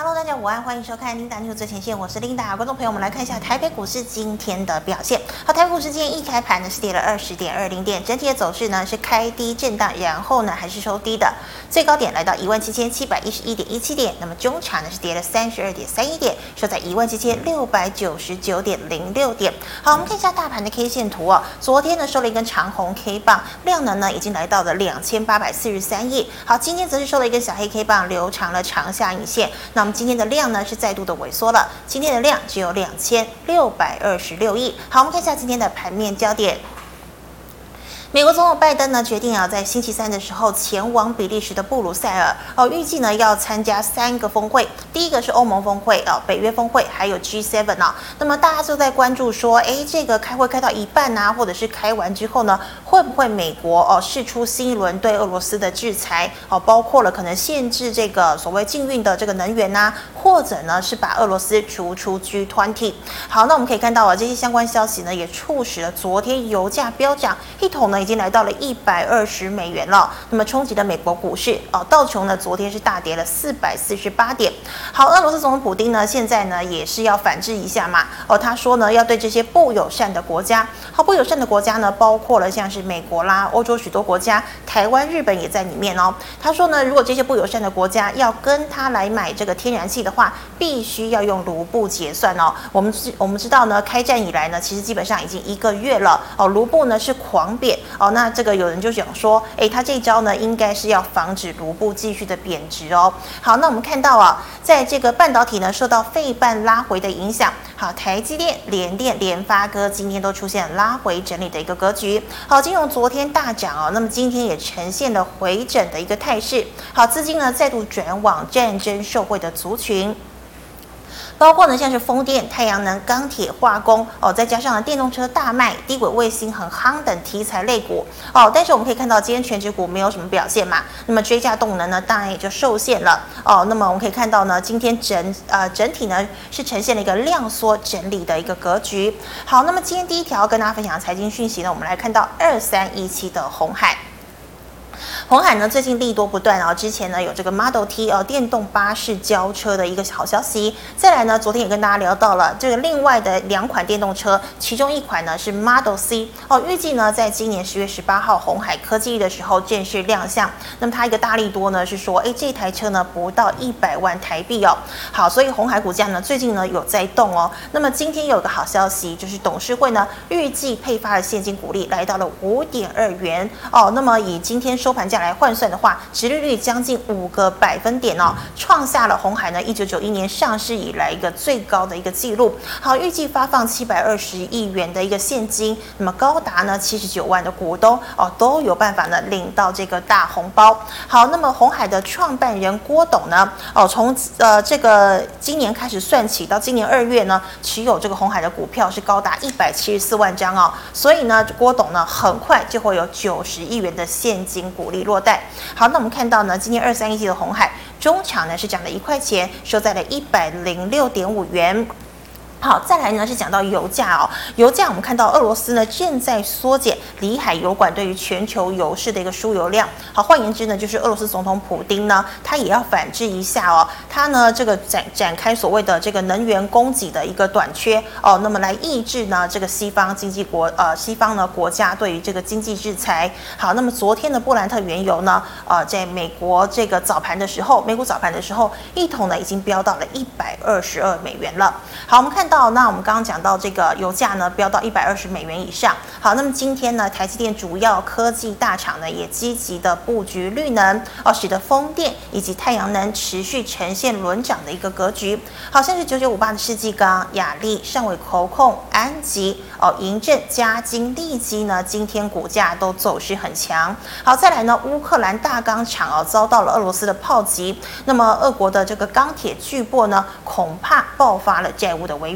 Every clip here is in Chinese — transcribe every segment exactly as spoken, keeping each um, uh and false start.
Hello， 大家午安，欢迎收看 Linda News 最前线，我是 Linda。观众朋友，我们来看一下台北股市今天的表现。好，台北股市今天一开盘呢是跌了二十点二零点，整体的走势呢是开低震荡，然后呢还是收低的，最高点来到一万七千七百一十一点一七点，那么中场呢是跌了三十二点三一点，收在一万七千六百九十九点零六点。好，我们看一下大盘的 K 线图哦，昨天呢收了一根长红 K 棒，量能呢已经来到了两千八百四十三亿。好，今天则是收了一根小黑 K 棒，留长了长下影线。那我们今天的量呢是再度的萎缩了，今天的量只有两千六百二十六亿。好，我们看一下今天的盘面焦点。美国总统拜登呢决定啊，在星期三的时候前往比利时的布鲁塞尔哦，预计呢要参加三个峰会，第一个是欧盟峰会哦，北约峰会，还有 G 七 啊。那么大家就在关注说，哎，这个开会开到一半啊，或者是开完之后呢，会不会美国哦释出新一轮对俄罗斯的制裁哦，包括了可能限制这个所谓禁运的这个能源呐、啊，或者呢是把俄罗斯逐出 G 二十。好，那我们可以看到啊，这些相关消息呢也促使了昨天油价飙涨，一桶呢已经来到了一百二十美元了，那么冲击了美国股市哦，道琼呢昨天是大跌了四百四十八点。好，俄罗斯总统普丁呢现在呢也是要反制一下嘛哦，他说呢要对这些不友善的国家，好，不友善的国家呢包括了像是美国啦、欧洲许多国家，台湾、日本也在里面哦。他说呢，如果这些不友善的国家要跟他来买这个天然气的话，必须要用卢布结算哦。我们我们知道呢，开战以来呢，其实基本上已经一个月了哦，卢布呢是狂贬哦，那这个有人就讲说，哎，他这一招呢，应该是要防止卢布继续的贬值哦。好，那我们看到啊，在这个半导体呢受到费半拉回的影响，好，台积电、联电、联发科今天都出现拉回整理的一个格局。好，金融昨天大涨哦，那么今天也呈现了回整的一个态势。好，资金呢再度转往战争受惠的族群。包括呢，像是风电、太阳能、钢铁、化工哦，再加上呢电动车大卖、低轨卫星很夯等题材类股哦。但是我们可以看到，今天全指股没有什么表现嘛，那么追价动能呢，当然也就受限了哦。那么我们可以看到呢，今天整呃整体呢是呈现了一个量缩整理的一个格局。好，那么今天第一条跟大家分享的财经讯息呢，我们来看到二三一七的鸿海。鸿海呢最近利多不断啊，之前呢有这个 Model T 哦电动巴士交车的一个好消息，再来呢昨天也跟大家聊到了这个另外的两款电动车，其中一款呢是 Model C 哦，预计呢在今年十月十八号鸿海科技日的时候正式亮相。那么它一个大利多呢是说，哎这台车呢不到一百万台币哦。好，所以鸿海股价呢最近呢有在动哦。那么今天有个好消息，就是董事会呢预计配发的现金股利来到了五点二元哦。那么以今天收盘价来换算的话，殖利率将近五个百分点哦，创下了鸿海呢一九九一年上市以来一个最高的一个记录。好，预计发放七百二十亿元的一个现金，那么高达呢七十九万的股东哦都有办法呢领到这个大红包。好，那么鸿海的创办人郭董呢哦从呃这个今年开始算起到今年二月呢，持有这个鸿海的股票是高达一百七十四万张哦，所以呢郭董呢很快就会有九十亿元的现金股利落袋。好，那我们看到呢，今天二三一七的鸿海中场呢是涨了一块钱，收在了一百零六点五元。好，再来呢是讲到油价哦，油价我们看到俄罗斯呢正在缩减里海油管对于全球油市的一个输油量。好，换言之呢，就是俄罗斯总统普丁呢，他也要反制一下哦，他呢这个展展开所谓的这个能源供给的一个短缺哦，那么来抑制呢这个西方经济国呃西方呢国家对于这个经济制裁。好，那么昨天的布兰特原油呢，呃，在美国这个早盘的时候，美股早盘的时候，一桶呢已经飙到了一百二十二美元了。好，我们看到，那我们刚刚讲到这个油价呢，飙到一百二十美元以上。好，那么今天呢，台积电主要科技大厂呢，也积极的布局绿能哦，使得风电以及太阳能持续呈现轮涨的一个格局。好，像是九九五八的世纪钢、亚力、上尾口控、安吉哦、银正、嘉金、利基呢，今天股价都走势很强。好，再来呢，乌克兰大钢厂哦，遭到了俄罗斯的炮击，那么俄国的这个钢铁巨擘呢，恐怕爆发了债务的违约。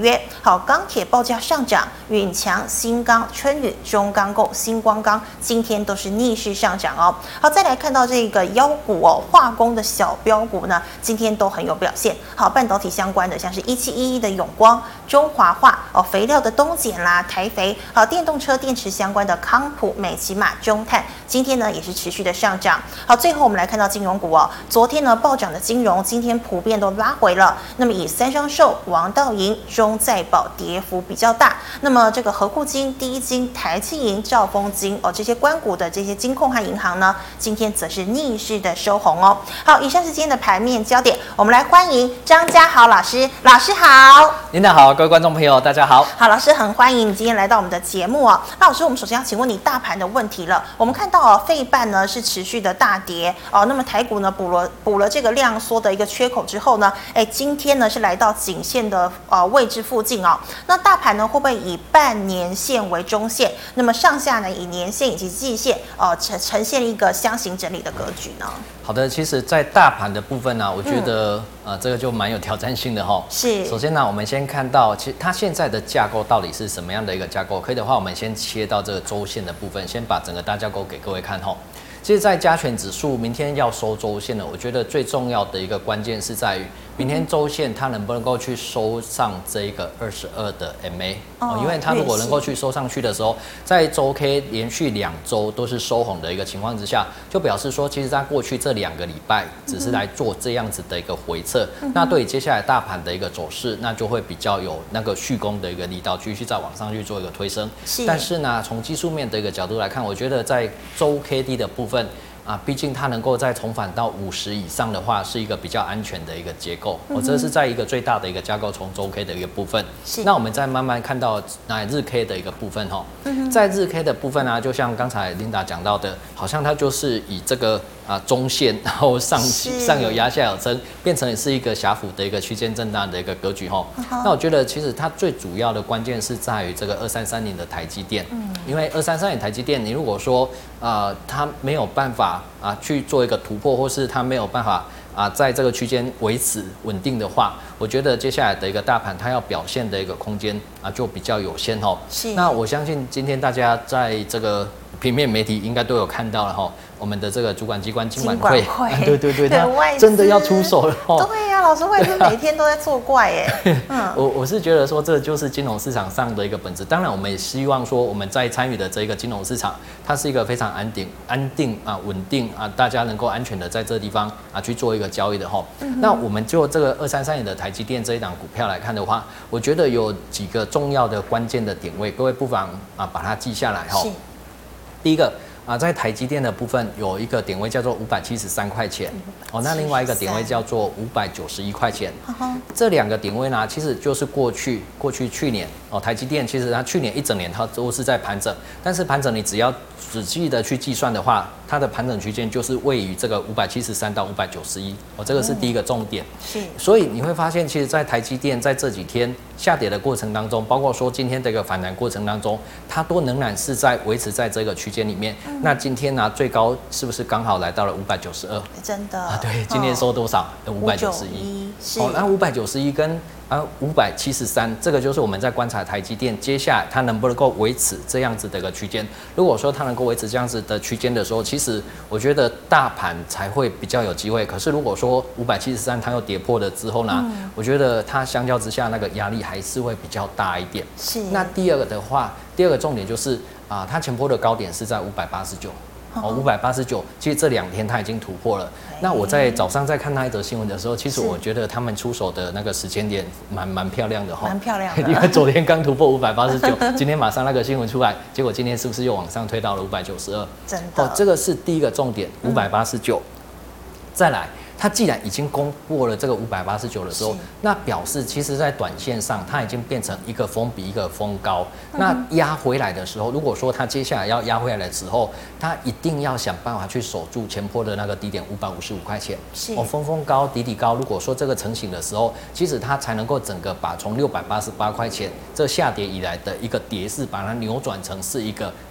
约。好，钢铁报价上涨，允强、新钢、春雨、中钢构、新光钢今天都是逆势上涨哦。好，再来看到这个妖股哦，化工的小标股呢，今天都很有表现。好，半导体相关的像是一七一一的永光、中华化哦，肥料的东碱啦、台肥，好，电动车电池相关的康普、美骑马、中碳，今天呢也是持续的上涨。好，最后我们来看到金融股哦，昨天呢暴涨的金融，今天普遍都拉回了。那么以三商寿、王道银、中再保跌幅比较大。那么这个和库金、第一金、台企银、兆丰金哦，这些官股的这些金控和银行呢，今天则是逆势的收红哦。好，以上是今天的盘面焦点，我们来欢迎张家豪老师，老师好。 领导好，各位观众朋友大家好。 好，老师很欢迎你今天来到我们的节目哦。那老师，我们首先要请问你大盘的问题了。我们看到哦，费半呢是持续的大跌哦，那么台股呢补了补了这个量缩的一个缺口之后呢，哎，今天呢是来到颈线的呃位置附近哦。那大盘呢会不会以半年线为中线？那么上下呢以年线以及季线呃呈呈现一个箱型整理的格局呢？ 好的，其实，在大盘的部分呢、啊，我觉得、嗯、呃这个就蛮有挑战性的哈。 是。 首先呢，我们先看到，其实它现在的架构到底是什么样的一个架构？可以的话，我们先切到这个周线的部分，先把整个大架构给各位看哈。其实，在加权指数明天要收周线了，我觉得最重要的一个关键是在于明天周线它能不能够去收上这一个二十二的 M A 哦，因为它如果能够去收上去的时候，在周 K 连续两周都是收红的一个情况之下，就表示说，其实在过去这两个礼拜只是来做这样子的一个回测，嗯、那对于接下来大盘的一个走势，那就会比较有那个续攻的一个力道，继续再往上去做一个推升。是但是呢，从技术面的一个角度来看，我觉得在周 K D 的部分。啊，毕竟它能够再重返到五十以上的话，是一个比较安全的一个结构。我、嗯、这是在一个最大的一个架构，从周 K 的一个部分。是。那我们再慢慢看到那日 K 的一个部分哈、嗯，在日 K 的部分呢、啊，就像刚才 Linda 讲到的，好像它就是以这个啊中线，然后上上有压下有撑，变成是一个狭幅的一个区间震荡的一个格局哈、嗯。那我觉得其实它最主要的关键是在于这个二三三零的台积电，嗯，因为二三三零台积电，你如果说啊、呃、它没有办法啊，去做一个突破，或是它没有办法啊，在这个区间维持稳定的话，我觉得接下来的一个大盘它要表现的一个空间啊，就比较有限哦。是。那我相信今天大家在这个平面媒体应该都有看到了哈，我们的这个主管机关金管会，对对对，它真的要出手了哦。 对呀、啊，老师外资每天都在作怪耶。嗯， 我我是觉得说，这就是金融市场上的一个本质。当然，我们也希望说，我们在参与的这一个金融市场，它是一个非常安定、安定啊、稳定啊，大家能够安全的在这地方啊去做一个交易的哈、嗯。那我们就这个二三三零的台积电这一档股票来看的话，我觉得有几个重要的关键的点位，各位不妨啊把它记下来哈。第一个啊，在台积电的部分有一个点位叫做五百七十三块钱哦，那另外一个点位叫做五百九十一块钱。这两个点位呢，其实就是过去过去去年哦，台积电其实它去年一整年它都是在盘整，但是盘整你只要仔细的去计算的话，它的盘整区间就是位于这个五百七十三到五百九十一哦，这个是第一个重点。是，所以你会发现，其实，在台积电在这几天下跌的过程当中，包括说今天这个反弹过程当中，它都仍然是在维持在这个区间里面。嗯、那今天呢、啊，最高是不是刚好来到了五百九十二？ 真的啊，对，今天收多少？五百九十一。哦，那五百九十一跟啊五百七十三，这个就是我们在观察台积电接下来它能不能够维持这样子的一个区间。如果说它能够维持这样子的区间的时候，其实我觉得大盘才会比较有机会。可是如果说五百七十三它又跌破了之后呢，嗯、我觉得它相较之下那个压力还是会比较大一点。是。那第二个的话，第二个重点就是啊，它前波的高点是在五百八十九。哦，五百八十九，其实这两天它已经突破了。那我在早上在看那一则新闻的时候，其实我觉得他们出手的那个时间点蛮蛮漂亮的哈， 蛮漂亮的。 因为昨天刚突破五百八十九，今天马上那个新闻出来，结果今天是不是又往上推到了五百九十二？ 真的。 哦，这个是第一个重点，五百八十九。再来。它既然已经攻过了这个五百八十九的时候，那表示其实在短线上它已经变成一个峰比一个峰高。嗯、那压回来的时候，如果说它接下来要压回来的时候，它一定要想办法去守住前波的那个低点五百五十五块钱。是哦，峰峰高底底高。如果说这个成型的时候，其实它才能够整个把从六百八十八块钱这下跌以来的一个跌势，把它扭转成是一个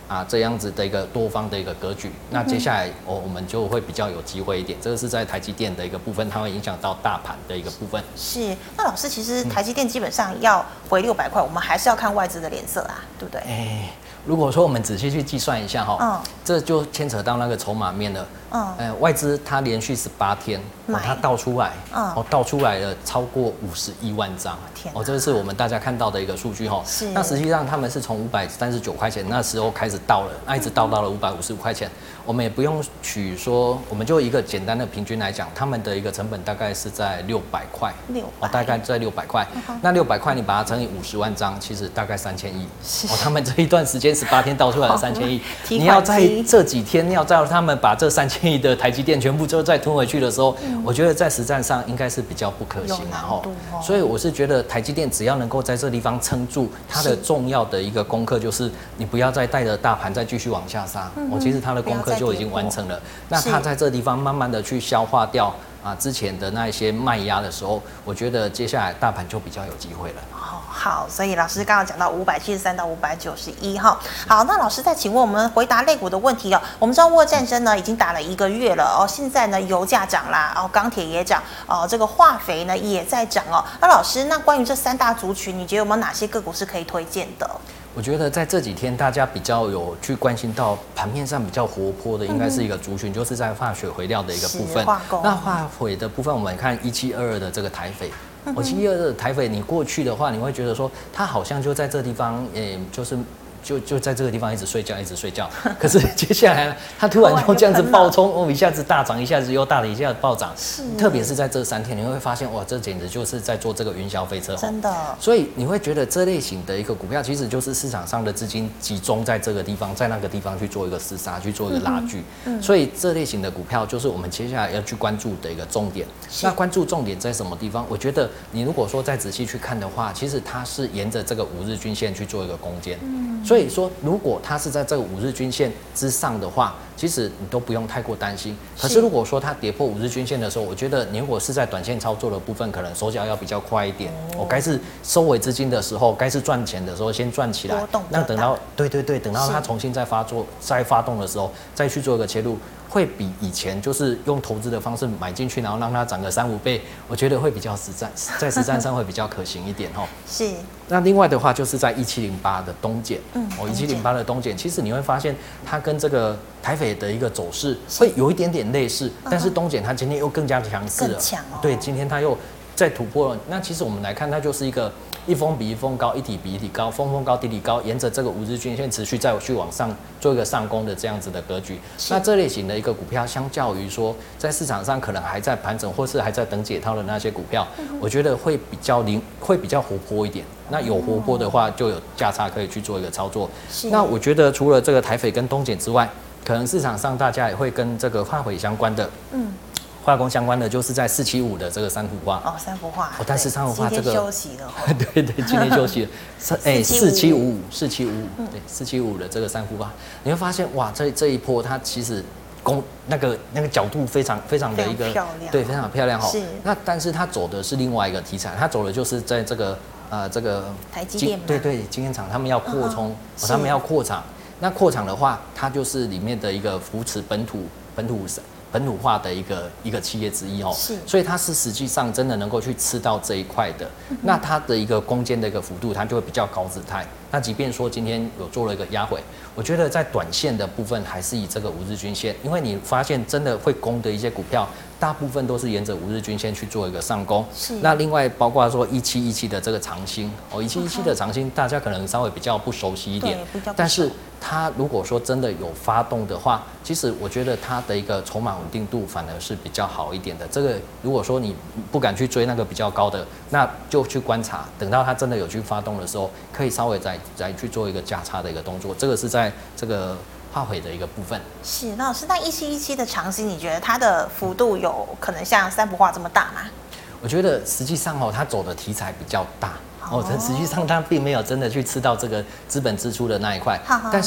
啊这样子的一个多方的一个格局。那接下来哦我们就会比较有机会一点，这个是在台积电的一个部分，它会影响到大盘的一个部分。 是，那老师其实台积电基本上要回六百块，我们还是要看外资的脸色啊，对不对？ 哎，如果说我们仔细去计算一下哈，嗯，这就牵扯到那个筹码面了。嗯，呃，外资它连续十八天，哦，它倒出来，嗯，哦，倒出来了超过五十一万张，天，哦，这是我们大家看到的一个数据哈。是，那实际上他们是从五百三十九块钱那时候开始倒了，那一直倒到了五百五十五块钱。我们也不用取说，我们就一个简单的平均来讲，他们的一个成本大概是在六百块，六，哦，大概在六百块。嗯、那六百块你把它乘以五十万张，其实大概三千亿。哦，他们这一段时间十八天倒出来了三千亿，你要在这几天要叫他们把这三千亿的台积电全部就再吞回去的时候，嗯、我觉得在实战上应该是比较不可行啊。哦，所以我是觉得台积电只要能够在这地方撑住，它的重要的一个功课就是你不要再带着大盘再继续往下杀。嗯、我其实它的功课就已经完成了。那它在这地方慢慢的去消化掉啊之前的那一些卖压的时候，我觉得接下来大盘就比较有机会了。 哦，好，所以老师刚刚讲到五百七十三到五百九十一哈。好，那老师再请问我们回答类股的问题哦。我们知道俄乌战争呢已经打了一个月了哦，现在呢油价涨啦，哦钢铁也涨，哦这个化肥呢也在涨哦。那老师，那关于这三大族群，你觉得有没有哪些个股是可以推荐的？ 我觉得在这几天，大家比较有去关心到盘面上比较活泼的，应该是一个族群，嗯、就是在化学肥料的一个部分。那化肥的部分，我们看一七二二的这个台肥，我一七二二的台肥，你过去的话，你会觉得说它好像就在这地方，诶、欸，就是。就就在这个地方一直睡觉，一直睡觉。可是接下来呢，它突然就这样子暴冲，哦，一下子大涨，一下子又大了，一下子暴涨。特别是在这三天，你会发现，哇，这简直就是在做这个云霄飞车。 真的。 所以你会觉得这类型的一个股票，其实就是市场上的资金集中在这个地方，在那个地方去做一个厮杀，去做一个拉锯。嗯嗯、所以这类型的股票，就是我们接下来要去关注的一个重点。那关注重点在什么地方？我觉得你如果说再仔细去看的话，其实它是沿着这个五日均线去做一个攻坚。嗯。所以说，如果它是在这个五日均线之上的话，其实你都不用太过担心。可是如果说它跌破五日均线的时候，我觉得你如果是在短线操作的部分，可能手脚要比较快一点。我、哦、该是收尾资金的时候，该是赚钱的时候先赚起来。那等到对对对，等到它重新再发作、再发动的时候，再去做一个切入。会比以前就是用投资的方式买进去，然后让它涨个三五倍，我觉得会比较实战，在实战上会比较可行一点哈。 是。 那另外的话，就是在一七零八的东碱，嗯，哦，一七零八的东碱，其实你会发现它跟这个台肥的一个走势会有一点点类似，但是东碱它今天又更加强势了， 强哦。 对，今天它又再突破了。那其实我们来看，它就是一个。一峰比一峰高，一体比一体高，峰峰高，底底高，沿着这个五日均线持续再去往上做一个上攻的这样子的格局。那这类型的一个股票，相较于说在市场上可能还在盘整或是还在等解套的那些股票，嗯、我觉得会比较灵，会比较活泼一点。那有活泼的话，就有价差可以去做一个操作。那我觉得除了这个台肥跟东碱之外，可能市场上大家也会跟这个化肥相关的，嗯。化工相关的就是在四七五的这个三氟化哦，三氟化哦，但是三氟化这个休息了、哦， 对对，今天休息了，哎，四七五五，四七五五，对，四七五的这个三氟化，你会发现哇，这这一波它其实攻那个那个角度非常非常的一个漂亮， 对，非常漂亮哈、哦。那但是它走的是另外一个题材，它走的就是在这个呃这个台积电， 对对，晶圆厂他们要扩充、嗯哦，他们要扩厂，那扩厂的话，它就是里面的一个扶持本土本土本土化的一个一个企业之一哦，是，所以它是实际上真的能够去吃到这一块的，嗯、那它的一个攻坚的一个幅度，它就会比较高姿态。那即便说今天有做了一个压回，我觉得在短线的部分还是以这个五日均线，因为你发现真的会攻的一些股票，大部分都是沿着五日均线去做一个上攻。是。那另外包括说一七一七的这个长兴哦，一七一七的长兴，大家可能稍微比较不熟悉一点，但是它如果说真的有发动的话，其实我觉得它的一个筹码稳定度反而是比较好一点的。这个如果说你不敢去追那个比较高的，那就去观察，等到它真的有去发动的时候，可以稍微再再去做一个价差的一个动作。这个是在这个化肥的一个部分。是， 那老师，那一七一七的长兴，你觉得它的幅度有可能像三氟化这么大吗？ 我觉得实际上哦，它走的题材比较大。哦，实际上它并没有真的去吃到这个资本支出的那一块，但是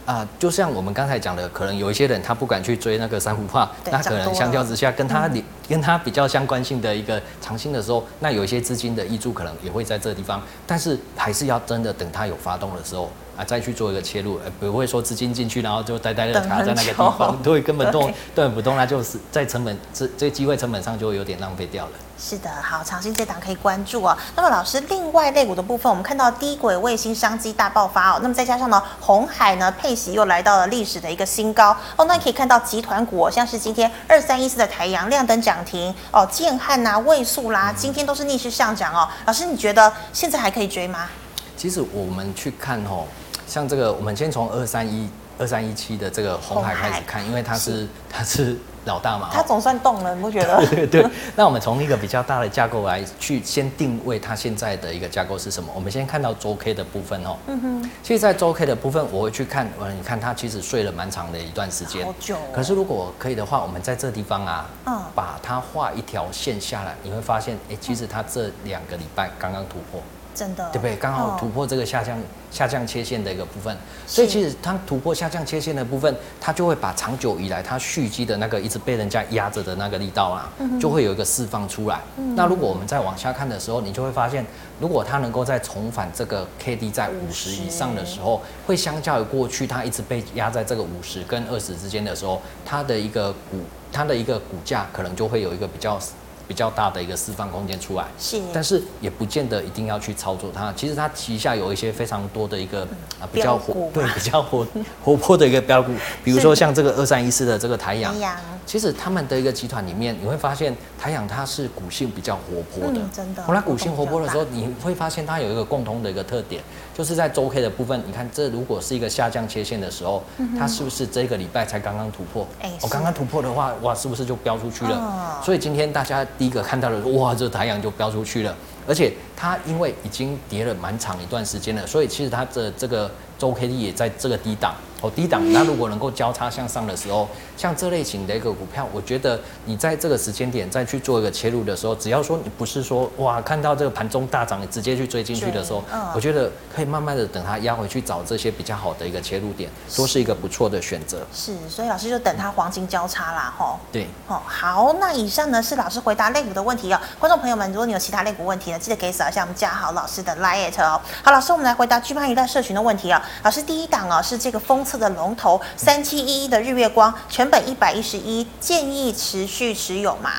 啊、呃，就像我们刚才讲的，可能有一些人他不敢去追那个三五化，那可能相较之下，跟他、嗯、跟他比较相关性的一个长新的时候，那有一些资金的挹注可能也会在这个地方，但是还是要真的等它有发动的时候啊，再去做一个切入，呃，不会说资金进去，然后就呆呆的卡在那个地方，对，根本动动不动，那就是在成本这这机会成本上就会有点浪费掉了。 是的，好，长兴这档可以关注哦。那么老师，另外类股的部分，我们看到低轨卫星商机大爆发哦。那么再加上呢，鸿海呢配息又来到了历史的一个新高哦。那可以看到集团股、哦，像是今天二三一四的台阳亮灯涨停哦，建汉呐、卫素啦，今天都是逆势上涨哦。老师，你觉得现在还可以追吗？ 其实我们去看哦，像这个，我们先从二三一二三一七的这个鸿海开始看，因为它是它是老大嘛， 它总算动了，你不觉得？ 对对对。那我们从一个比较大的架构来去先定位它现在的一个架构是什么？我们先看到周 K 的部分哦。嗯哼。其实，在周 K 的部分，我会去看，呃，你看它其实睡了蛮长的一段时间， 好久哦。 可是如果可以的话，我们在这地方啊，嗯，把它画一条线下来，你会发现，哎，其实它这两个礼拜刚刚突破。 真的， 对不对？刚好突破这个下降、哦、下降切线的一个部分，所以其实它突破下降切线的部分，它就会把长久以来它蓄积的那个一直被人家压着的那个力道啊，嗯、就会有一个释放出来。嗯、那如果我们再往下看的时候，你就会发现，如果它能够再重返这个 K D 在五十以上的时候，会相较于过去它一直被压在这个五十跟二十之间的时候，它的一个股它的一个股价可能就会有一个比较。比较大的一个释放空间出来，是，但是也不见得一定要去操作它。其实它旗下有一些非常多的一个、嗯、啊比较活对比较活活泼的一个标股，比如说像这个二三一四的这个台阳，其实他们的一个集团里面，你会发现台阳它是股性比较活泼的，嗯、真的。它股性活泼的时候，你会发现它有一个共同的一个特点，就是在周 K 的部分，你看这如果是一个下降切线的时候，嗯、它是不是这个礼拜才刚刚突破？哎、欸，我刚刚突破的话，哇，是不是就飙出去了？哦、所以今天大家。第一个看到的，哇，这台阳就飙出去了，而且它因为已经跌了蛮长一段时间了，所以其实它的这个周 K D 也在这个低档哦，低档。那如果能够交叉向上的时候，像这类型的一个股票，我觉得你在这个时间点再去做一个切入的时候，只要说你不是说哇看到这个盘中大涨，你直接去追进去的时候，嗯、我觉得可以慢慢的等它压回去，找这些比较好的一个切入点，都是一个不错的选择。 是，所以老师就等它黄金交叉啦，吼。 对， 哦，好，那以上呢是老师回答类股的问题哦。观众朋友们，如果你有其他类股问题呢，记得可以扫一下我们嘉豪老师的 Line 哦。好，老师，我们来回答聚邦娱乐社群的问题哦。老师，第一档哦是这个封测的龙头三七一一的日月光，成本一百一十一，建议持续持有吗？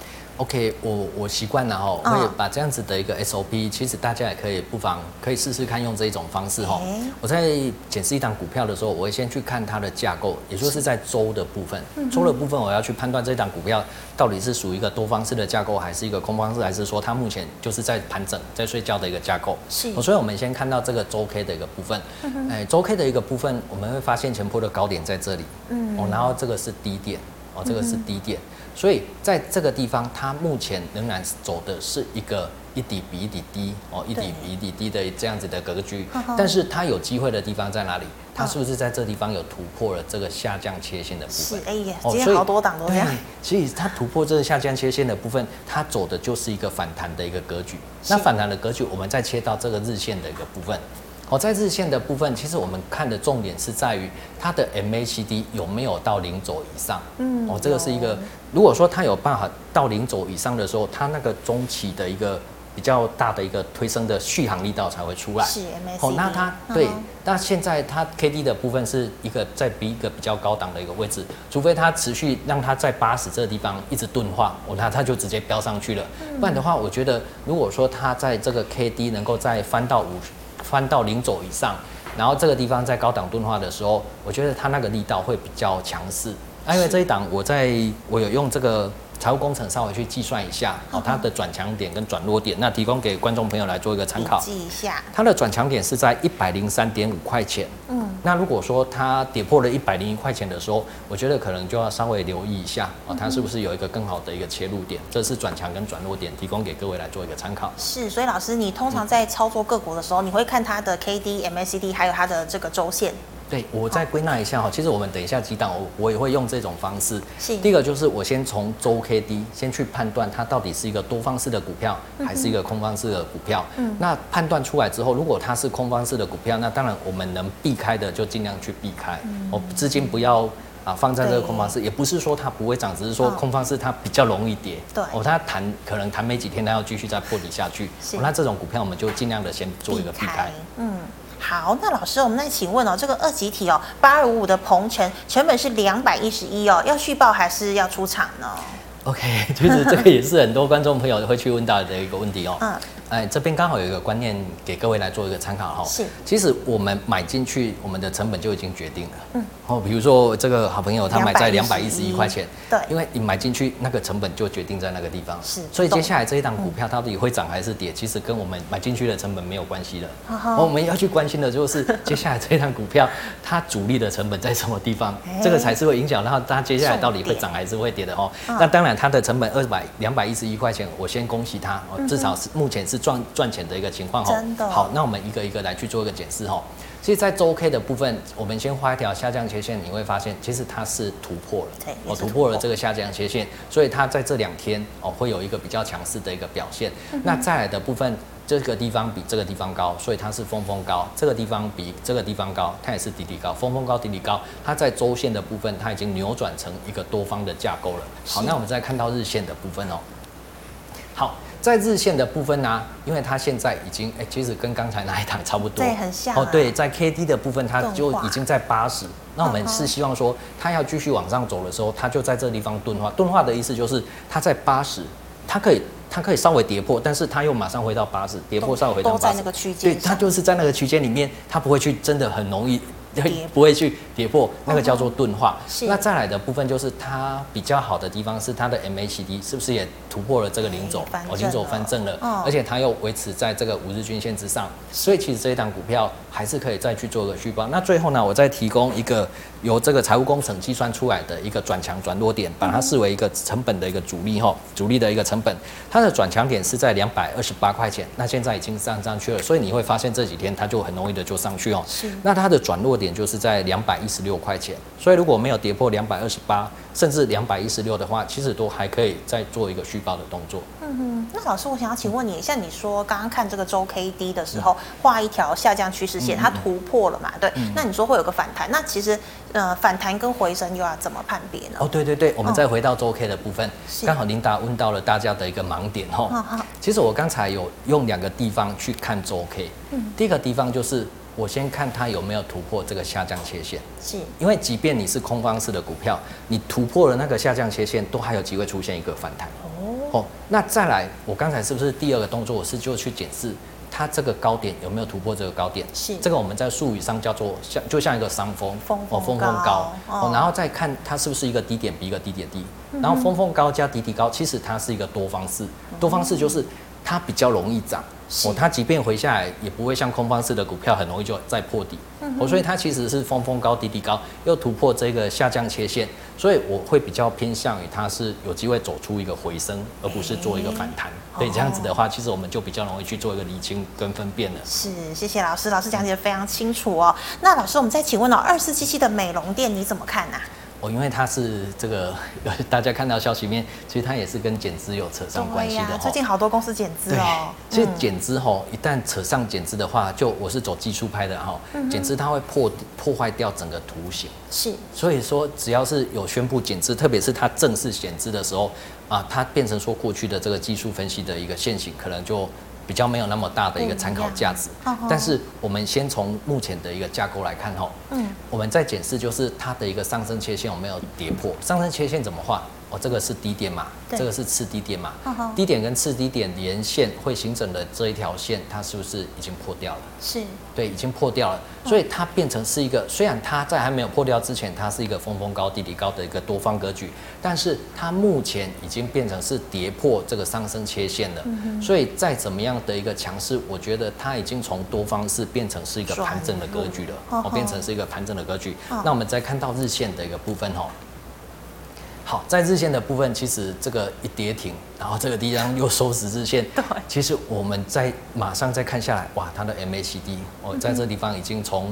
OK， 我我习惯了哈，会把这样子的一个 S O P，、嗯、其实大家也可以不妨可以试试看用这一种方式哈。欸、我在检视一档股票的时候，我会先去看它的架构，也就是在周的部分。嗯、周的部分，我要去判断这档股票到底是属于一个多方式的架构，还是一个空方式，还是说它目前就是在盘整、在睡觉的一个架构。是。所以我们先看到这个周 K 的一个部分。嗯、哎，周 K 的一个部分，我们会发现前波的高点在这里。嗯。哦，然后这个是低点。哦，这个是低点。嗯所以在这个地方，它目前仍然走的是一个一底比一底低哦，一底比一底低的这样子的格局。但是它有机会的地方在哪里？它是不是在这地方有突破了这个下降切线的部分？ 是，哎呀，今天好多档都这样。 所以它突破这个下降切线的部分，它走的就是一个反弹的一个格局。那反弹的格局，我们再切到这个日线的一个部分。哦，在日线的部分，其实我们看的重点是在于它的 M A C D 有没有到零轴以上。嗯，哦，这个是一个，如果说它有办法到零轴以上的时候，它那个中期的一个比较大的一个推升的续航力道才会出来。 是 M A C D。 哦，那它对，那现在它 K D 的部分是一个在比一个比较高档的一个位置，除非它持续让它在八十这个地方一直钝化，哦，那它就直接飙上去了。嗯、不然的话，我觉得如果说它在这个 K D 能够再翻到五。翻到零轴以上，然后这个地方在高档钝化的时候，我觉得它那个力道会比较强势。啊，因为这一档我在我有用这个财务工程稍微去计算一下，哦，它的转强点跟转弱点，那提供给观众朋友来做一个参考。 记一下， 它的转强点是在一百零三点五块钱。嗯，那如果说它跌破了一百零一块钱的时候，我觉得可能就要稍微留意一下，哦，它是不是有一个更好的一个切入点？这是转强跟转弱点，提供给各位来做一个参考。 是，所以老师，你通常在操作个股的时候，你会看它的 K D、M A C D 还有它的这个周线。 对，我再归纳一下哈，其实我们等一下几档，我我也会用这种方式。 是， 第一个就是我先从周 K D 先去判断它到底是一个多方式的股票，还是一个空方式的股票。嗯，那判断出来之后，如果它是空方式的股票，那当然我们能避开的就尽量去避开。嗯，哦，资金不要啊放在这个空方式，也不是说它不会涨，只是说空方式它比较容易跌。 对， 哦，它弹可能弹没几天，它要继续再破底下去。是，哦，那这种股票我们就尽量的先做一个避开。 嗯。好，那老师，我们再请问哦，这个二级体哦，八二五五的鹏程成本是两百一十一哦，要续报还是要出场呢 ？OK， 其实这个也是很多观众朋友会去问到的一个问题哦。嗯。哎，这边刚好有一个观念给各位来做一个参考哈。是。其实我们买进去，我们的成本就已经决定了。嗯。哦，比如说这个好朋友他买在两百一十一块钱， 对， 因为你买进去那个成本就决定在那个地方。是。所以接下来这一档股票到底会涨还是跌，其实跟我们买进去的成本没有关系的。哦。我们要去关心的就是接下来这一档股票它主力的成本在什么地方，这个才是会影响到它接下来到底会涨还是会跌的哦。那当然它的成本二百两百一十一块钱，我先恭喜它哦，至少是目前是赚赚钱的一个情况哦。好，那我们一个一个来去做一个检视哦。其实，在周 K 的部分，我们先画一条下降切线，你会发现，其实它是突破了，对，我突破了这个下降切线，所以它在这两天哦会有一个比较强势的一个表现。嗯、那再来的部分，这个地方比这个地方高，所以它是峰峰高；这个地方比这个地方高，它也是底底高，峰峰高底底高。它在周线的部分，它已经扭转成一个多方的架构了。好，那我们再看到日线的部分哦。好。在日线的部分呢、啊，因为它现在已经哎、欸，其实跟刚才那一档差不多， 对，很像、啊。 哦，对，在 K D 的部分，它就已经在八十。那我们是希望说，它要继续往上走的时候，它就在这个地方钝化。钝化的意思就是它在八十，它可以它可以稍微跌破，但是它又马上回到八十，跌破稍微回到八十， 都在那个区间。 对，它就是在那个区间里面，它不会去真的很容易。不会去跌破，那个叫做钝化。嗯、那再来的部分就是它比较好的地方是它的 M A C D 是不是也突破了这个零轴，哦，零轴翻正了，哦、而且它又维持在这个五日均线之上，所以其实这一档股票还是可以再去做个续报。那最后呢，我再提供一个由这个财务工程计算出来的一个转强转弱点，把它视为一个成本的一个主力哈，主力的一个成本，它的转强点是在两百二十八块钱，那现在已经上上去了，所以你会发现这几天它就很容易的就上去哦。是，那它的转弱点就是在两百一十六块钱，所以如果没有跌破两百二十八，甚至两百一十六的话，其实都还可以再做一个续报的动作。 嗯哼，那老师，我想要请问你，像你说刚刚看这个周 K D 的时候，画一条下降趋势线，它突破了嘛？对，嗯、那你说会有个反弹，那其实呃反弹跟回升又要怎么判别呢？ 哦，对对对，我们再回到周 K 的部分，刚、哦、好琳达问到了大家的一个盲点哈。哦哦、其实我刚才有用两个地方去看周 K，、嗯、第一个地方就是我先看它有没有突破这个下降切线，是因为即便你是空方式的股票，你突破了那个下降切线，都还有机会出现一个反弹。哦，那再来，我刚才是不是第二个动作，我是就去检视它这个高点有没有突破这个高点？是这个我们在术语上叫做像就像一个伤峰， 峰哦峰峰高哦，然后再看它是不是一个低点比一个低点低，嗯、然后峰峰高加底底高，其实它是一个多方式，多方式就是它比较容易涨。哦，它即便回下来，也不会像空方式的股票很容易就再破底。嗯、哦，所以它其实是峰峰高、底底高，又突破这个下降切线，所以我会比较偏向于它是有机会走出一个回升，而不是做一个反弹。欸、对，这样子的话，其实我们就比较容易去做一个厘清跟分辨了。 是，谢谢老师，老师讲解得非常清楚哦。那老师，我们再请问哦，二四七七的美容店你怎么看呢、啊？ 哦，因为它是这个，大家看到消息面，其实它也是跟减资有扯上关系的、啊、 最近好多公司减资哦。 其实减资吼，一旦扯上减资的话，就我是走技术派的哈，减资它会破破坏掉整个图形。是。所以说，只要是有宣布减资，特别是它正式减资的时候啊，它变成说过去的这个技术分析的一个现形，可能就比较没有那么大的一个参考价值，但是我们先从目前的一个架构来看哈，嗯，我们在检视就是它的一个上升切线有没有跌破，上升切线怎么画？哦，这个是低点嘛，这个是次低点嘛，低点跟次低点连线会形成的这一条线，它是不是已经破掉了？是，对，已经破掉了，所以它变成是一个，虽然它在还没有破掉之前，它是一个峰峰高、低底高的一个多方格局，但是它目前已经变成是跌破这个上升切线了，嗯、所以再怎么样的一个强势，我觉得它已经从多方式变成是一个盘整的格局了，哦，变成是一个盘整的格局。哦、那我们再看到日线的一个部分哈。好，在日线的部分，其实这个一跌停，然后这个地方又收十日线，对，其实我们在马上再看下来，哇，它的 M A C D 哦，在这地方已经从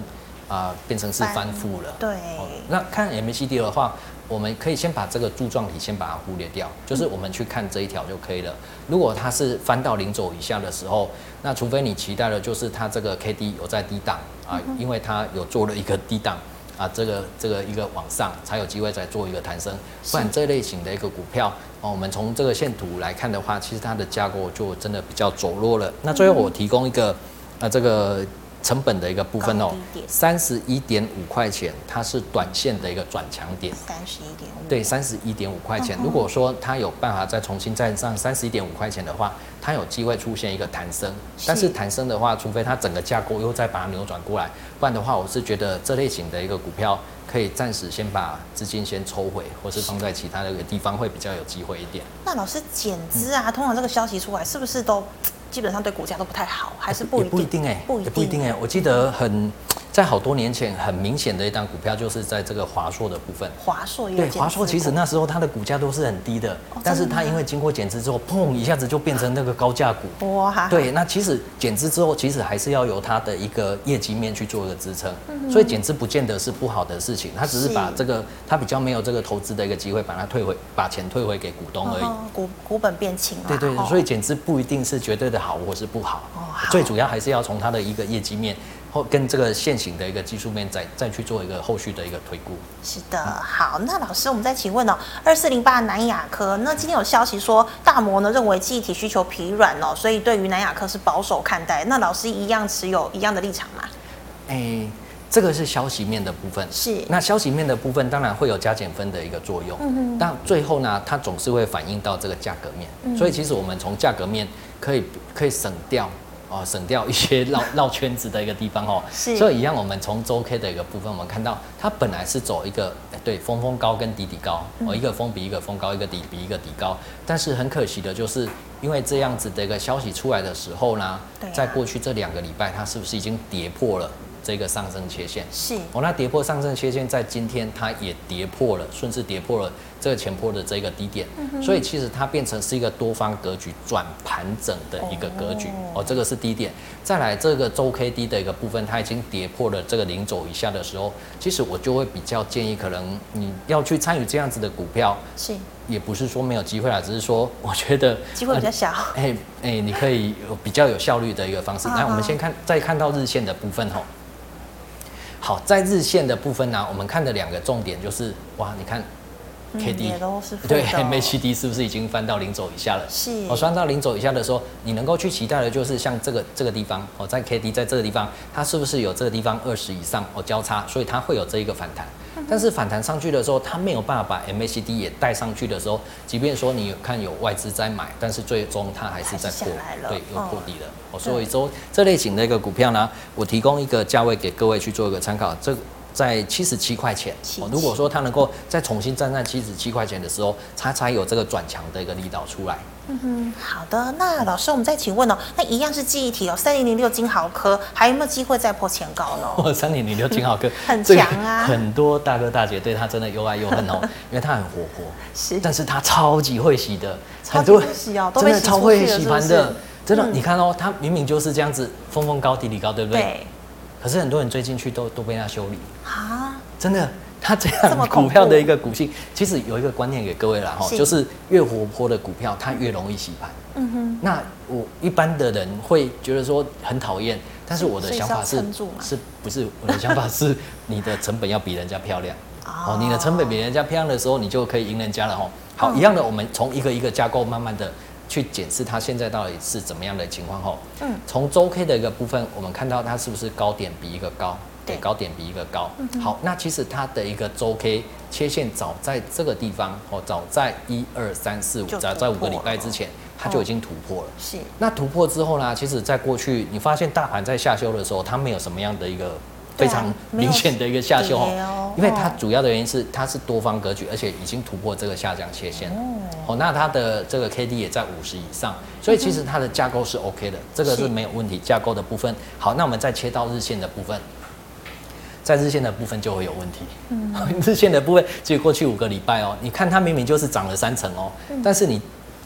啊、呃、变成是翻覆了。 对、 哦，那看 M A C D 的话，我们可以先把这个柱状体先把它忽略掉，就是我们去看这一条就可以了。如果它是翻到零轴以下的时候，那除非你期待的就是它这个 K D 有在低档啊，因为它有做了一个低档。啊，这个这个一个往上才有机会再做一个弹升，不然这类型的一个股票，哦，我们从这个线图来看的话，其实它的架构就真的比较走弱了。那最后我提供一个，呃，这个成本的一个部分哦，三十一点五块钱，它是短线的一个转强点。 三十一点五。 对，三十一点五块钱。如果说它有办法再重新站上三十一点五块钱的话，它有机会出现一个弹升。但是弹升的话，除非它整个架构又再把它扭转过来，不然的话，我是觉得这类型的一个股票可以暂时先把资金先抽回，或是放在其他的一个地方，会比较有机会一点。 那老师减资啊，通常这个消息出来，是不是都基本上对股价都不太好，还是不一定？ 也不一定哎、欸， 不一定、欸， 不一定哎、欸。我记得很在好多年前很明显的一档股票，就是在这个华硕的部分。 华硕也对，华硕其实那时候它的股价都是很低的，哦、但是它因为经过减资之后，砰一下子就变成那个高价股。哇！对，那其实减资之后，其实还是要由它的一个业绩面去做一个支撑，嗯、所以减资不见得是不好的事情，它只是把这个它比较没有这个投资的一个机会，把它退回，把钱退回给股东而已。哦、 股股本变轻了。 对对对，所以减资不一定是绝对的好或是不好，哦、好最主要还是要从它的一个业绩面。或跟这个现行的一个技术面再再去做一个后续的一个推估。 是的，好，那老师我们再请问哦，二四零八南亚科，那今天有消息说大摩呢认为记忆体需求疲软哦，所以对于南亚科是保守看待。那老师一样持有一样的立场吗？ 哎、欸，这个是消息面的部分。 是。 那消息面的部分当然会有加减分的一个作用，嗯哼。但最后呢，它总是会反映到这个价格面，嗯、所以其实我们从价格面可以可以省掉。哦，省掉一些绕绕圈子的一个地方哦，是。所以一样，我们从周 K 的一个部分，我们看到它本来是走一个对峰峰高跟底底高，嗯、哦，一个峰比一个峰高，一个底比一个底高。但是很可惜的就是，因为这样子的一个消息出来的时候呢，啊、在过去这两个礼拜，它是不是已经跌破了这个上升切线？是。哦，那跌破上升切线，在今天它也跌破了，顺势跌破了这个前波的这个低点，嗯、所以其实它变成是一个多方格局转盘整的一个格局。哦, 哦，这个是低点。再来这个周 K D 的一个部分，它已经跌破了这个零轴以下的时候，其实我就会比较建议，可能你要去参与这样子的股票，是也不是说没有机会啦，只是说我觉得机会比较小。 哎哎、呃欸欸，你可以有比较有效率的一个方式。那我们先看，再看到日线的部分吼。好，在日线的部分呢、啊，我们看的两个重点就是，哇，你看 K D、 嗯、 对 M A C D 是不是已经翻到零轴以下了？是。哦，翻到零轴以下的时候，你能够去期待的就是像这个这个地方哦，在 K D 在这个地方，它是不是有这个地方二十以上哦交叉，所以它会有这一个反弹。但是反弹上去的时候，它没有办法把 M A C D 也带上去的时候，即便说你看有外资在买，但是最终它还是在破，对，又破底了。哦，所以说这类型的一个股票呢，我提供一个价位给各位去做一个参考。这在七十七块钱，哦，如果说它能够再重新站在七十七块钱的时候，它才有这个转强的一个力道出来。 嗯哼，好的。那老师，我们再请问哦，那一样是记忆体哦，三零零六金豪科还有没有机会再破前高呢？ 三零零六金豪科很强啊， 很多大哥大姐对他真的又爱又恨哦，因为他很活泼， 是， 但是他超级会洗的， 超级会洗哦， 真的超会洗盘的，真的，你看哦，他明明就是这样子，峰峰高底底高，对不对？对。可是很多人追进去都都被他修理啊，真的。它这样股票的一个股性，其实有一个观念给各位啦哈，就是越活泼的股票，它越容易洗盘。嗯哼。那我一般的人会觉得说很讨厌，但是我的想法是，是不是我的想法是，你的成本要比人家漂亮。哦。你的成本比人家漂亮的时候，你就可以赢人家了哈。好，一样的，我们从一个一个架构慢慢的去检视它现在到底是怎么样的情况哈。嗯。从周 K 的一个部分，我们看到它是不是高点比一个高？对，高点比一个高。嗯、好，那其实它的一个周 K 切线早在这个地方哦，早在一二三四五，早在五个礼拜之前，它就已经突破了。是。那突破之后呢，其实在过去你发现大盘在下修的时候，它没有什么样的一个非常明显的一个下修哦，因为它主要的原因是它是多方格局，而且已经突破这个下降切线。哦，那它的这个 K D 也在五十以上，所以其实它的架构是 OK 的，这个是没有问题。架构的部分，好，那我们再切到日线的部分。在日线的部分就会有问题。嗯，日线的部分，其实过去五个礼拜哦，你看它明明就是涨了三成哦，嗯、但是你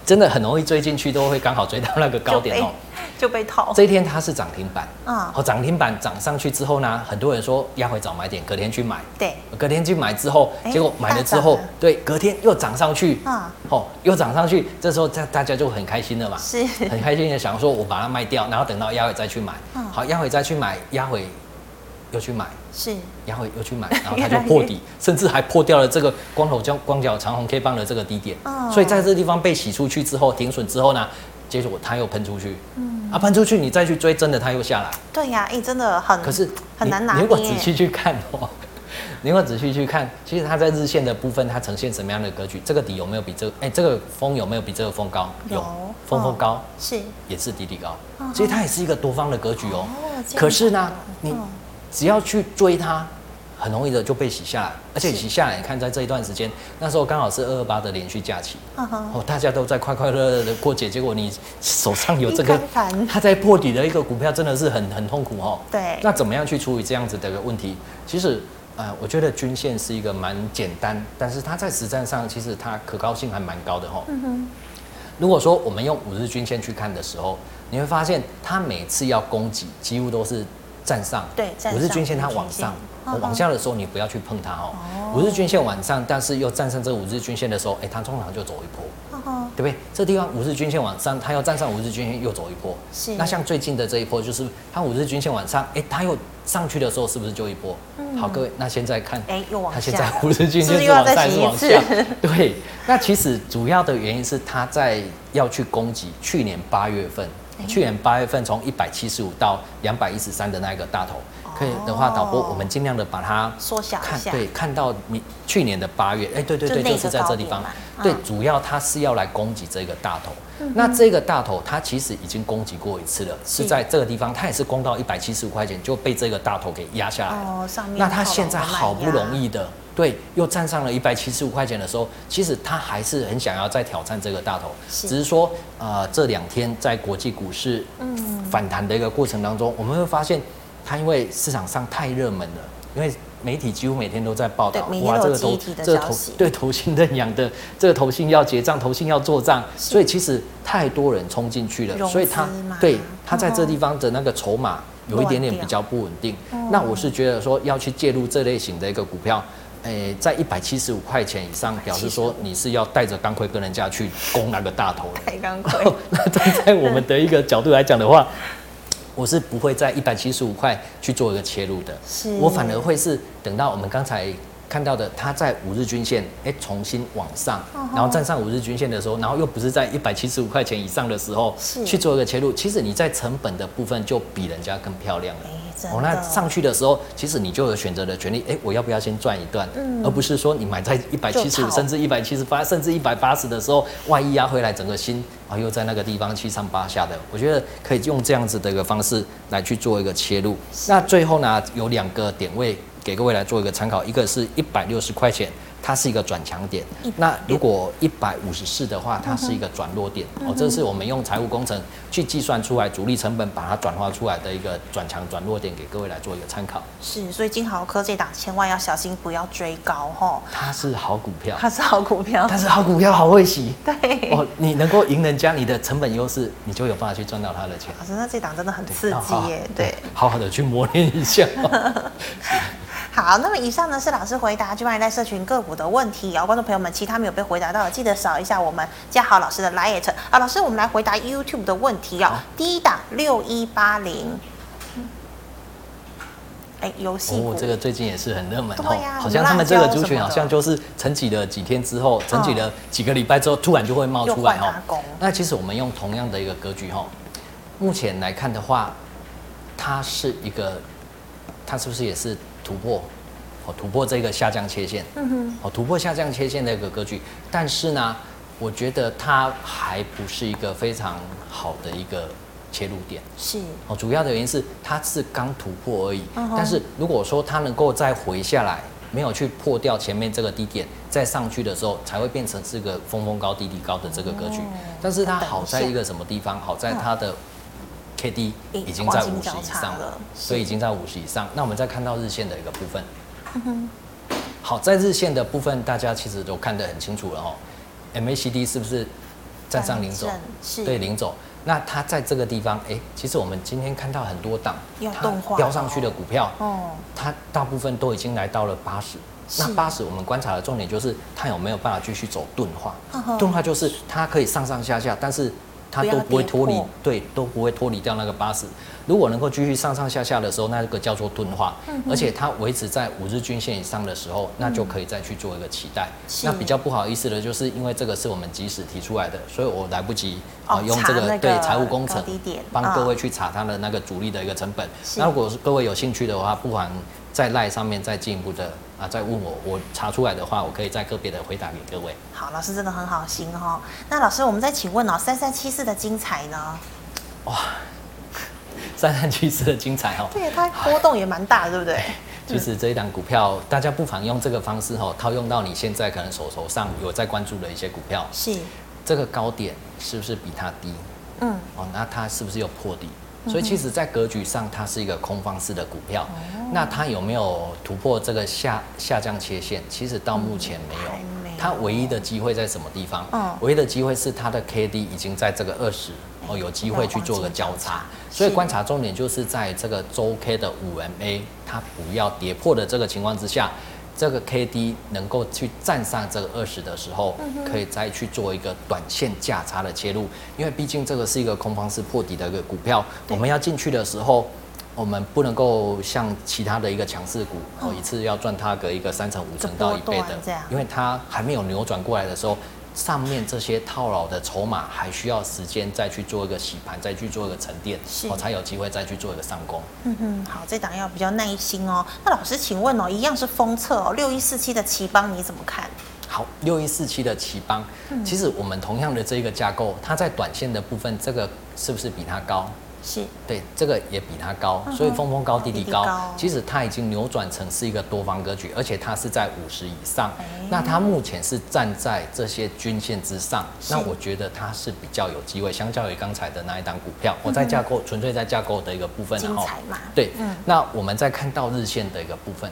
真的很容易追进去，都会刚好追到那个高点哦。 就被套。 这一天它是涨停板， 嗯， 好，涨停板涨上去之后呢，很多人说压回早买点，隔天去买， 对， 隔天去买之后，结果买了之后，对，隔天又涨上去，嗯，哦，又涨上去，这时候大大家就很开心了嘛， 是， 很开心的想说，我把它卖掉，然后等到压回再去买，嗯，好，压回再去买，压回又去买， 是， 压回又去买，然后它就破底，甚至还破掉了这个光头光光脚长红 K 棒的这个低点，嗯，所以在这个地方被洗出去之后，停损之后呢？结果它又喷出去，嗯，啊，喷出去你再去追，真的它又下来。 对呀、啊，哎、欸，真的很， 可是很难拿捏。 你如果仔细去看哦，你如果仔细去看，其实它在日线的部分，它呈现什么样的格局？这个底有没有比这个？哎、欸，这个峰有没有比这个峰高？有，峰峰高、哦、是，也是底底高。嗯、其实它也是一个多方的格局哦。哦可是呢，你只要去追它。很容易的就被洗下来，而且洗下来，你看在这一段时间，那时候刚好是二二八的连续假期，哦，大家都在快快乐乐的过节，结果你手上有这个，它在破底的一个股票，真的是很很痛苦哦。 对， 那怎么样去处理这样子的一个问题？其实，呃，我觉得均线是一个蛮简单，但是它在实战上其实它可靠性还蛮高的哦。嗯哼。如果说我们用五日均线去看的时候，你会发现它每次要攻击，几乎都是站上， 对， 五日均线它往上。往下的时候，你不要去碰它哦。五日均线往上，但是又站上这五日均线的时候，哎、欸，它通常就走一波，对不对？这地方五日均线往上，它要站上五日均线又走一波。是。那像最近的这一波，就是它五日均线往上，哎、欸，它又上去的时候，是不是就一波？嗯、好，各位，那现在看，哎、欸，又往下。它现在五日均线是往上还是往下？对。那其实主要的原因是它在要去攻击去年八月份，欸、去年八月份从一百七十五到两百一十三的那个大头。可以的话，导播我们尽量的把它缩小一下， 对，看到你去年的八月，哎、欸，对对对，就, 就是在这地方，嗯、对，主要它是要来攻击这个大头。嗯、那这个大头它其实已经攻击过一次了，是, 是在这个地方，它也是攻到一百七十五块钱就被这个大头给压下来了。哦，上面。那它现在好不容易的，对，又站上了一百七十五块钱的时候，其实它还是很想要再挑战这个大头，是只是说，呃，这两天在国际股市反弹的一个过程当中，我们会发现。它因为市场上太热门了，因为媒体几乎每天都在报道，哇，这个投这个投对投信认养的这个投信要结账，投信要做账，所以其实太多人冲进去了，所以它对它在这地方的那个筹码有一点点比较不稳定。嗯、那我是觉得说要去介入这类型的一个股票，诶、欸，在一百七十五块钱以上，表示说你是要带着钢盔跟人家去攻那个大头了。带钢盔。那站在我们的一个角度来讲的话。我是不会在一百七十五块去做一个切入的，是我反而会是等到我们刚才看到的，它在五日均线哎、欸、重新往上，然后站上五日均线的时候，然后又不是在一百七十五块钱以上的时候去做一个切入，其实你在成本的部分就比人家更漂亮了。哦，那上去的时候，其实你就有选择的权利。哎、欸，我要不要先赚一段？嗯，而不是说你买在一百七十五，甚至一百七十八，甚至一百八十的时候，万一压回来，整个心啊又在那个地方七上八下的。我觉得可以用这样子的一个方式来去做一个切入。那最后呢，有两个点位给各位来做一个参考，一个是一百六十块钱。它是一个转强点，那如果一百五十四的话，它是一个转弱点、嗯、哦，这是我们用财务工程去计算出来主力成本，把它转化出来的一个转强转弱点，给各位来做一个参考。 是，所以金豪科这档千万要小心，不要追高哈。 它是好股票， 它是好股票， 但是好股票好会洗。 对哦，你能够赢人家，你的成本优势，你就有办法去赚到它的钱。 老师，那这档真的很刺激耶，对， 好好的去磨练一下。 好，那么以上呢是老师回答就帮你在社群个股的问题，然后观众朋友们其他没有被回答到的，记得扫一下我们嘉豪老师的 Line。好，老师，我们来回答 YouTube 的问题哦。第一档六一八零，哎，游戏股， 哦，这个最近也是很热门哦，啊、 好像他们这个族群好像就是沉寂了几天之后，沉寂了几个礼拜之后，突然就会冒出来哦。那其实我们用同样的一个格局哈，目前来看的话，它是一个，它是不是也是？突破，哦，突破这个下降切线，嗯哼，哦，突破下降切线的一个格局，但是呢，我觉得它还不是一个非常好的一个切入点， 是， 哦，主要的原因是它是刚突破而已，嗯、但是如果说它能够再回下来，没有去破掉前面这个低点，再上去的时候，才会变成是个峰峰高低低高的这个格局，哦、但是它好在一个什么地方？好在它的。K D 已经在五十以上了，所以已经在五十以上。那我们再看到日线的一个部分，嗯、好，在日线的部分，大家其实都看得很清楚了哦。M A C D 是不是站上零轴， 是对零轴。那它在这个地方，哎，其实我们今天看到很多档它飙上去的股票，哦，它大部分都已经来到了八十。那八十我们观察的重点就是它有没有办法继续走钝化。钝化就是它可以上上下下，但是它都不会脱离，对，都不会脱离掉那个八十。如果能够继续上上下下的时候，那个叫做钝化，嗯、而且它维持在五日均线以上的时候，那就可以再去做一个期待。嗯、那比较不好意思的就是，因为这个是我们即时提出来的，所以我来不及啊、哦、用这个对财务工程帮各位去查它的那个主力的一个成本。那如果各位有兴趣的话，不妨在 LINE 上面再进一步的啊再问我，我查出来的话，我可以再个别的回答给各位。 好，老师真的很好心哦。那老师，我们再请问哦，三三七四的精彩呢？ 哇！三三七四的精彩哦， 对，它波动也蛮大的，对不对？ 其实这一档股票，大家不妨用这个方式哦，套用到你现在可能手头上有在关注的一些股票， 是这个高点是不是比它低？嗯，哦，那它是不是有破底？所以其实，在格局上，它是一个空方式的股票。嗯、那它有没有突破这个下下降切线？其实到目前没有。嗯、没有它唯一的机会在什么地方？嗯，唯一的机会是它的 K D 已经在这个二十。哦，有机会去做个交叉，所以观察重点就是在这个周 K 的五 M A， 它不要跌破的这个情况之下，这个 K D 能够去站上这个二十的时候，可以再去做一个短线价差的切入，因为毕竟这个是一个空方式破底的一个股票，我们要进去的时候，我们不能够像其他的一个强势股，哦，一次要赚它个一个三成、五成到一倍的，因为它还没有扭转过来的时候。上面这些套牢的筹码还需要时间再去做一个洗盘，再去做一个沉淀，我、哦、才有机会再去做一个上攻。 嗯哼，好，这档要比较耐心哦。那老师，请问哦，一样是封测哦，六一四七的奇邦你怎么看？ 好，六一四七的奇邦，嗯、其实我们同样的这个架构，它在短线的部分，这个是不是比它高？ 是对，这个也比它高，所以峰峰高低低高，其实它已经扭转成是一个多方格局，而且它是在五十以上，那它目前是站在这些均线之上，那我觉得它是比较有机会，相较于刚才的那一档股票，我在架构纯粹在架构的一个部分， 精彩嘛， 对，嗯，那我们再看到日线的一个部分。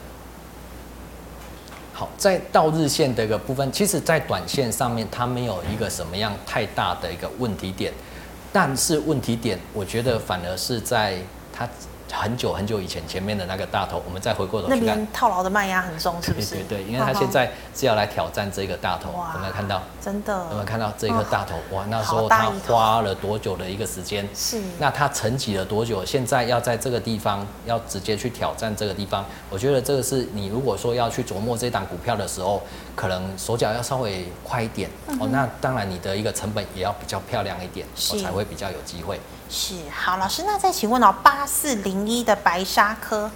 好，在到日线的一个部分，其实在短线上面它没有一个什么样太大的一个问题点。但是问题点，我觉得反而是在它很久很久以前前面的那个大头，我们再回过头去看， 那边套牢的卖压很重，是不是？ 对对对，因为它现在是要来挑战这个大头，有没有看到？ 真的， 有没有看到这个大头？哇，那时候它花了多久的一个时间？ 是。 那它沉寂了多久？现在要在这个地方要直接去挑战这个地方，我觉得这个是你如果说要去琢磨这档股票的时候，可能手脚要稍微快一点、嗯、哦。那当然你的一个成本也要比较漂亮一点，我、哦、才会比较有机会。 是，好，老师，那再请问哦，八四零一的白沙科，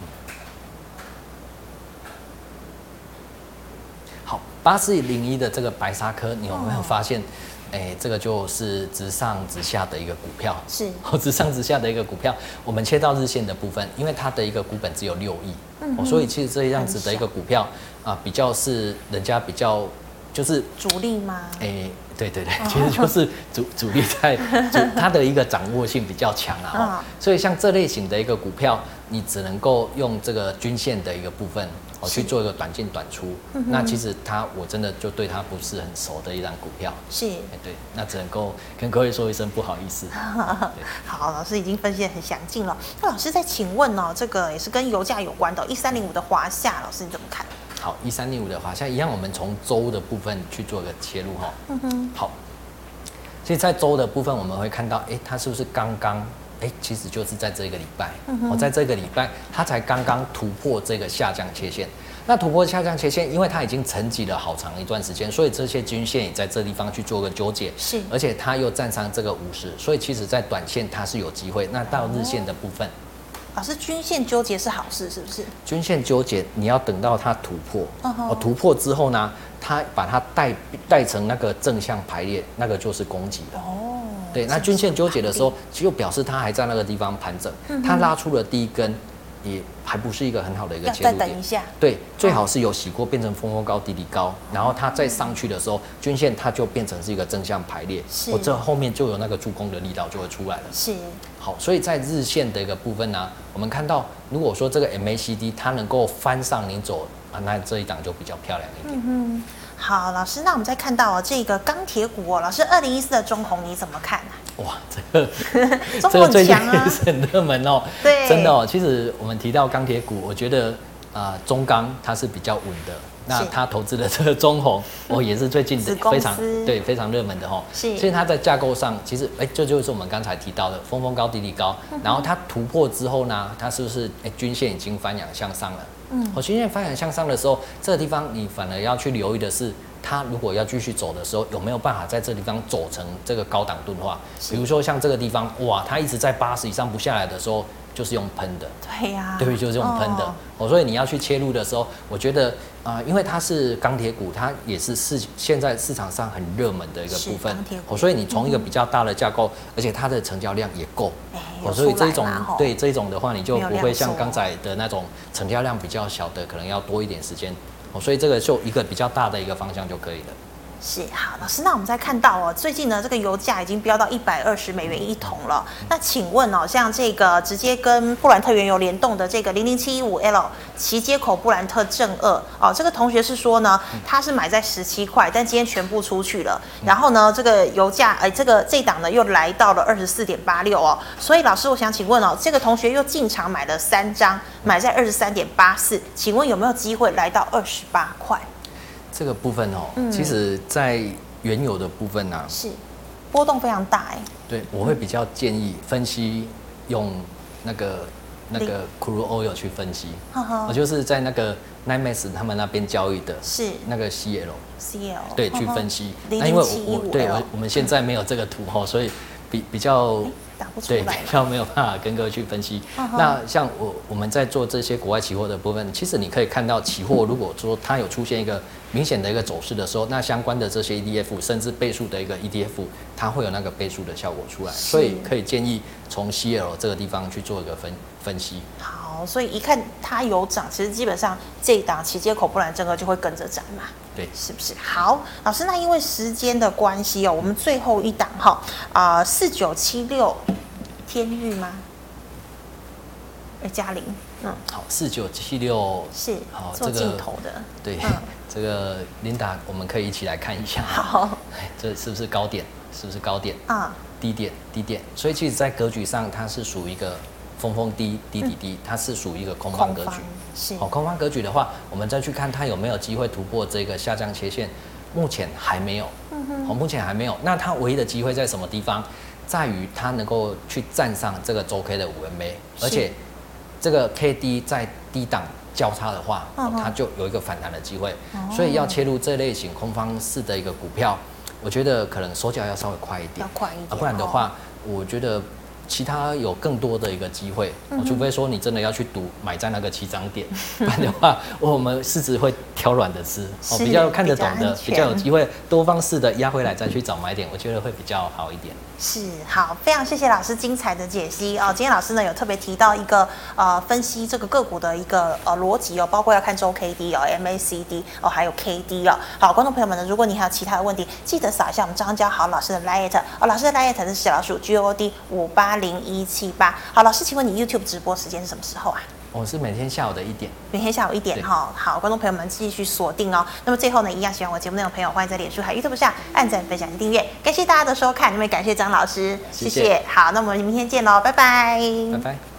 好，八四零一的这个白沙科，你有没有发现？哎、欸，这个就是直上直下的一个股票， 是， 哦，直上直下的一个股票。我们切到日线的部分，因为它的一个股本只有六亿、嗯哦，所以其实这样子的一个股票啊，比较是人家比较就是主力吗？ 哎、欸。对对对，其实就是主主力在主它的一个掌握性比较强啊、哦，所以像这类型的一个股票，你只能够用这个均线的一个部分哦去做一个短进短出。那其实它我真的就对它不是很熟的一档股票， 是， 哎对，那只能够跟各位说一声不好意思。 好，老师已经分析得很详尽了。那老师再请问哦，这个也是跟油价有关的、哦，一三零五的华夏，老师你怎么看？ 好，一三零五的华夏一样，我们从周的部分去做一个切入哈。嗯哼。好，其实，在周的部分，我们会看到，哎、欸，它是不是刚刚，哎、欸，其实就是在这个礼拜，我、嗯哦、在这个礼拜，它才刚刚突破这个下降切线。那突破下降切线，因为它已经沉寂了好长一段时间，所以这些均线也在这地方去做个纠结。 是。 而且它又站上这个五十，所以其实在短线它是有机会。那到日线的部分。哦老师，均线纠结是好事，是不是？ 均线纠结，你要等到它突破，哦，突破之后呢，它把它带带成那个正向排列，那个就是攻击了。哦，对，那均线纠结的时候，就表示它还在那个地方盘整，嗯、它拉出了第一根，也还不是一个很好的一个切入点。 再等一下。 对，最好是有洗过，变成峰峰高低低高，然后它再上去的时候，均线它就变成是一个正向排列，我这后面就有那个助攻的力道就会出来了。 是。 好，所以在日线的一个部分呢、啊，我们看到，如果说这个 M A C D 它能够翻上你走啊，那这一档就比较漂亮一点。 嗯好，老师，那我们再看到哦，这个钢铁股哦，老师二零一四的中红你怎么看呢、 啊？哇，这个中红很强啊， 很热门哦。 对， 真的哦。其实我们提到钢铁股，我觉得啊、呃，中钢它是比较稳的。那他投资的这个中红，哦，也是最近的非常对非常热门的哈。是，所以它在架构上，其实哎，这就是我们刚才提到的峰峰高低低高。嗯、然后它突破之后呢，它是不是哎均线已经翻扬向上了？嗯，哦，均线翻扬向上的时候，这个地方你反而要去留意的是，它如果要继续走的时候，有没有办法在这地方走成这个高档钝化？比如说像这个地方，哇，它一直在八十以上不下来的时候。就是用喷的， 对呀、啊， 对，就是用喷的。哦，所以你要去切入的时候，我觉得啊、呃，因为它是钢铁股，它也是市现在市场上很热门的一个部分。哦，所以你从一个比较大的架构，嗯、而且它的成交量也够，哦，所以这种对这种的话，你就不会像刚才的那种成交量比较小的，可能要多一点时间。哦，所以这个就一个比较大的一个方向就可以了。 是好，老师，那我们再看到哦，最近呢，这个油价已经飙到一百二十美元一桶了。那请问哦，像这个直接跟布兰特原油联动的这个零零七一五 L 旗接口布兰特正二哦，这个同学是说呢，他是买在十七块，但今天全部出去了。然后呢，这个油价哎，这个这档呢又来到了二十四点八六哦。所以老师，我想请问哦，这个同学又进场买了三张，买在二十三点八四，请问有没有机会来到二十八块？ 这个部分哦，嗯、其实，在原油的部分呢、啊， 是波动非常大哎。 对，我会比较建议分析用那个那个 crude oil 去分析，我就是在那个 N Y M E X 他们那边交易的， 是那个 C L，C L 对，去分析。那因为我我对我我们现在没有这个图哈，所以比比较。对，比较没有办法跟各位去分析。Uh huh. 那像我我们在做这些国外期货的部分，其实你可以看到期货，如果说它有出现一个明显的一个走势的时候，那相关的这些 E T F 甚至倍数的一个 E T F， 它会有那个倍数的效果出来，所以可以建议从 C L 这个地方去做一个分分析。 好，所以一看它有涨，其实基本上这一档期接口布兰正二就会跟着涨嘛。 对， 是不是？好，老师，那因为时间的关系哦，我们最后一档哈啊四九七六天域吗？哎，嘉玲，嗯， 好，四九七六是好做镜头的， 这个、对，嗯、这个琳达，我们可以一起来看一下。 好， 这是不是高点？是不是高点？ 啊、嗯， 低点，低点。所以其实，在格局上，它是属于一个峰峰低，低底低，它是属于一个空方格局。 是， 好，空方格局的话，我们再去看它有没有机会突破这个下降切线，目前还没有。嗯哼，好，目前还没有。那它唯一的机会在什么地方？在于它能够去站上这个周 K 的五 M A， 而且这个 K D 在低档交叉的话，哦、它就有一个反弹的机会。哦、所以要切入这类型空方式的一个股票，我觉得可能手脚要稍微快一点， 要快一点， 啊、不然的话，哦、我觉得。其他有更多的一个机会，嗯、除非说你真的要去赌买在那个起涨点，不然的话，我们市值会挑软的吃，哦，比较看得懂的，比较有机会多方式的压回来再去找买点，我觉得会比较好一点。 是，好，非常谢谢老师精彩的解析哦。今天老师呢有特别提到一个呃分析这个个股的一个呃逻辑哦，包括要看周 K D 哦、M A C D 哦，还有 K D 哦。好，观众朋友们呢，如果你还有其他的问题，记得扫一下我们张家豪老师的 Line 哦，老师的 Line 是小老鼠 G O D 五八零一七八。好，老师，请问你 YouTube 直播时间是什么时候啊？ 我是每天下午的一点， 每天下午一点哈。好，观众朋友们继续锁定哦。那么最后呢，一样喜欢我节目内容的朋友，欢迎在脸书还有 YouTube 上按赞、分享、订阅。感谢大家的收看，那么感谢张老师，谢谢。谢谢好，那我们明天见喽，拜拜， 拜拜。